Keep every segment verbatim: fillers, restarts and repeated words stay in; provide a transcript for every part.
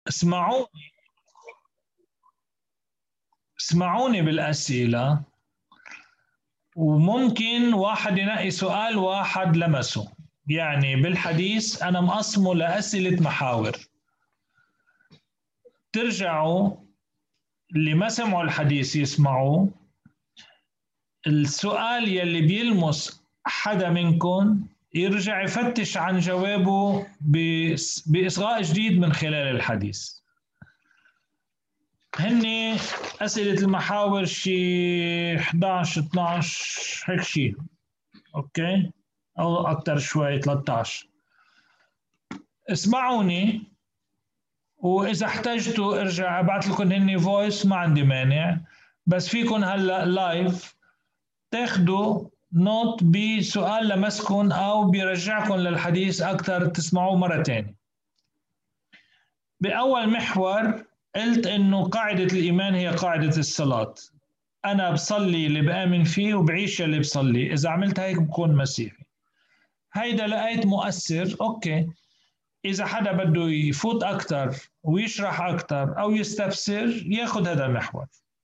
اسمعوا اسمعوني بالأسئلة، وممكن واحد ينقي سؤال واحد لمسه. يعني بالحديث أنا مقسمه لأسئلة محاور، ترجعوا اللي ما سمعوا الحديث يسمعوه. السؤال يلي بيلمس حدا منكم يرجع يفتش عن جوابه بإصغاء جديد من خلال الحديث. هني أسئلة المحاور شي إحدى عشر اثنا عشر هيك شي، أوكي، أو أكتر شوي ثلاثة عشر. اسمعوني، وإذا احتجتوا ارجع أبعث لكم هني فويس، ما عندي مانع، بس فيكم هلا لايف تاخدوا نوت بسؤال لمسكن أو بيرجعكم للحديث أكتر تسمعوه مرة تانية. بأول محور قلت إنه قاعدة الإيمان هي قاعدة الصلاة. أنا بصلي اللي بآمن فيه وبعيش اللي بصلي، إذا عملت هيك بكون مسيحي. هيدا لقيت مؤثر، أوكي. إذا حدا بده يفوت أكتر ويشرح أكتر أو يستفسر ياخد هذا المحور.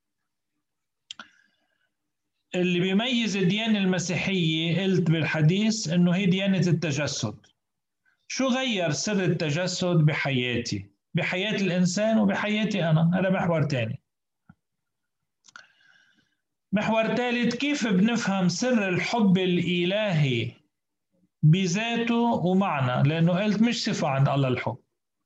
اللي بيميز الديانة المسيحية قلت بالحديث إنه هي ديانة التجسد. شو غير سر التجسد بحياتي، بحياة الإنسان وبحياتي أنا؟ هذا محور تاني. محور ثالث، كيف بنفهم سر الحب الإلهي بذاته ومعنى، لأنه قلت مش صفة عند الله الحب.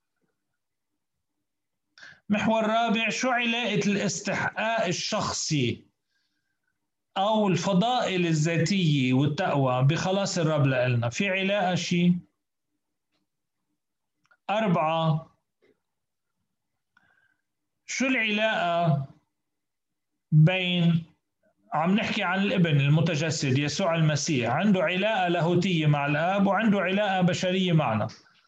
محور رابع، شو علاقة الاستحقاق الشخصي أو الفضائل الذاتية والتقوى بخلاص الرب لنا؟ في علاقة شيء؟ أربعة، شو العلاقة بين، عم نحكي عن الابن المتجسد يسوع المسيح، عنده علاقة لاهوتية مع الآب وعنده علاقة بشرية معنا،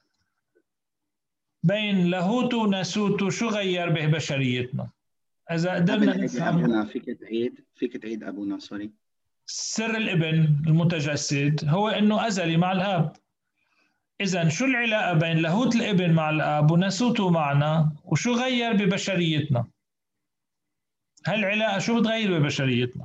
بين لاهوته وناسوته شو غير به بشريتنا؟ إذا قدرنا نفهم. أبونا فيك تعيد فيك تعيد أبونا سوري. سر الابن المتجسد هو إنه أزلي مع الآب. إذن شو العلاقة بين لاهوت الابن مع الآب وناسوته معنا، وشو غير ببشريتنا؟ هالعلاقة شو بتغير ببشريتنا؟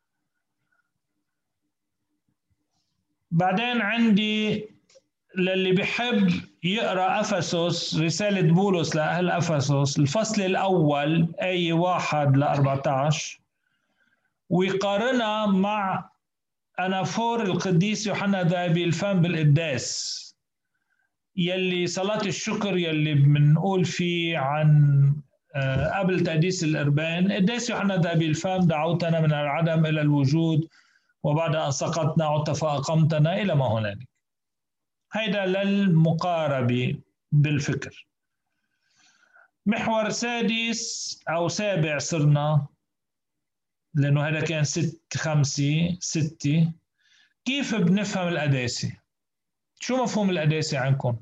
بعدين عندي للي بيحب يقرأ أفسس، رسالة بولس لأهل أفسس الفصل الأول آية واحد لأربعة عشر، ويقارنها مع أنافور القديس يوحنا ذهبي الفم بالقداس، يلي صلاة الشكر يلي بنقول فيه عن قبل تقديس الإربان. قداس يوحنا ذهبي الفم، دعوتنا من العدم إلى الوجود، وبعد أن سقطنا عدت فأقمتنا، إلى ما هنالك. هيدا للمقاربة بالفكر. محور سادس أو سابع صرنا، لأنه هذا كان ست خمسة ستة، كيف بنفهم القداسة؟ شو مفهوم القداسة عندكم؟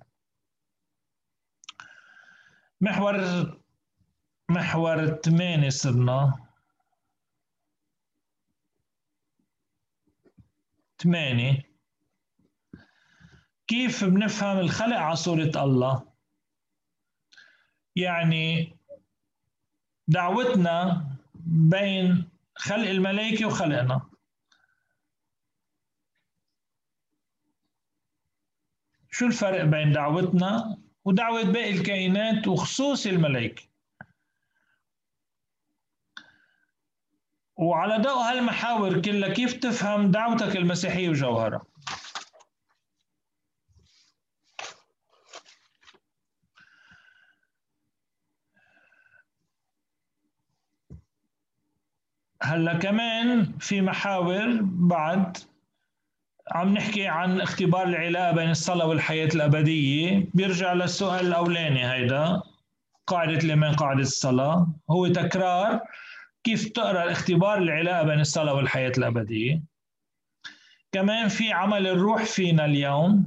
محور محور ثمانية صرنا، ثمانية، كيف بنفهم الخلق على صورة الله؟ يعني دعوتنا بين خلق الملائكة وخلقنا، شو الفرق بين دعوتنا ودعوة باقي الكائنات وخصوص الملائكة؟ وعلى ضوء هالمحاور كلها كيف تفهم دعوتك المسيحية وجوهرها؟ هلا كمان في محاور بعد عم نحكي عن اختبار العلاقة بين الصلاة والحياة الأبدية، بيرجع للسؤال الأولاني. هيدا قاعدة الإيمان، قاعدة الصلاة، هو تكرار كيف تقرأ الاختبار العلاقة بين الصلاة والحياة الأبدية. كمان في عمل الروح فينا اليوم،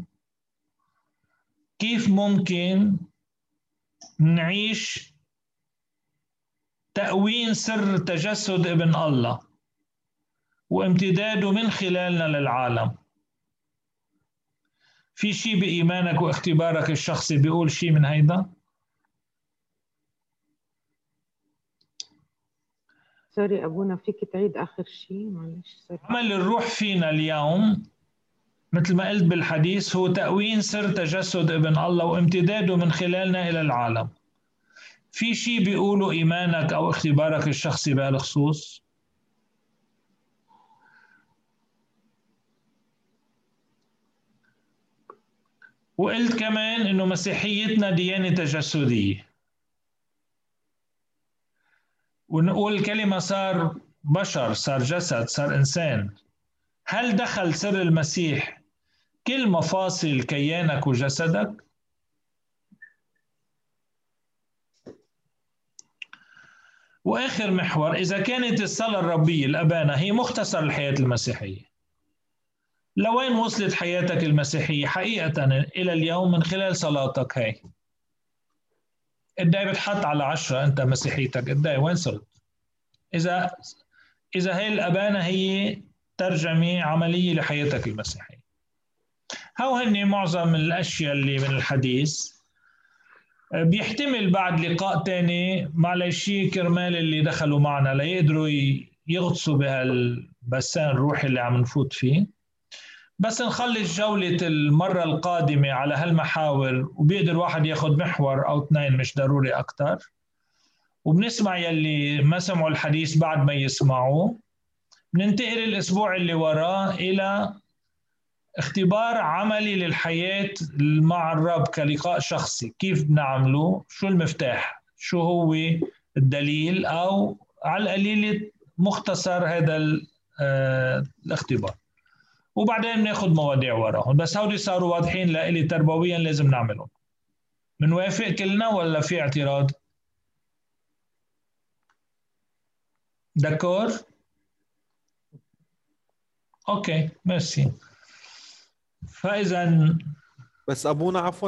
كيف ممكن نعيش تأوين سر تجسد ابن الله وامتداده من خلالنا للعالم. في شيء بإيمانك واختبارك الشخصي بيقول شيء من هيدا؟ سوري أبونا، فيك تعيد آخر شيء؟ معلش سوري. عمل الروح فينا اليوم مثل ما قلت بالحديث هو تأوين سر تجسد ابن الله وامتداده من خلالنا إلى العالم. في شيء بيقولوا إيمانك أو اختبارك الشخصي بهالخصوص؟ وقلت كمان إنه مسيحيتنا ديانة تجسدية، ونقول كلمة صار بشر، صار جسد، صار إنسان. هل دخل سر المسيح كل مفاصل كيانك وجسدك؟ وآخر محور، إذا كانت الصلاة الربية الأبانة هي مختصر الحياة المسيحية، لوين وصلت حياتك المسيحية حقيقة إلى اليوم من خلال صلاتك هاي؟ قداي بتحط على عشرة أنت مسيحيتك؟ قداي وين صرت؟ إذا إذا هاي الأبانة هي ترجمة عملية لحياتك المسيحية. هاو هني معظم الأشياء اللي من الحديث. بيحتمل بعد لقاء تاني معلش كرمال اللي دخلوا معنا ليقدروا يغطسوا بهالبسان الروحي اللي عم نفوت فيه. بس نخلص جولة المرة القادمة على هالمحاور، وبيقدر واحد ياخد محور أو اثنين مش ضروري أكتر، وبنسمع يلي ما سمعوا الحديث بعد ما يسمعوه. بننتقل الأسبوع اللي وراه إلى اختبار عملي للحياة مع الرب كلقاء شخصي. كيف بنعمله؟ شو المفتاح؟ شو هو الدليل؟ أو على القليل مختصر هذا الاختبار، وبعدين ناخد مواضيع وراهم. بس هودي صاروا واضحين لإلي تربويا لازم نعملهم. منوافق كلنا ولا في اعتراض؟ دكور؟ اوكي ميرسي. فإذا بس أبونا عفوا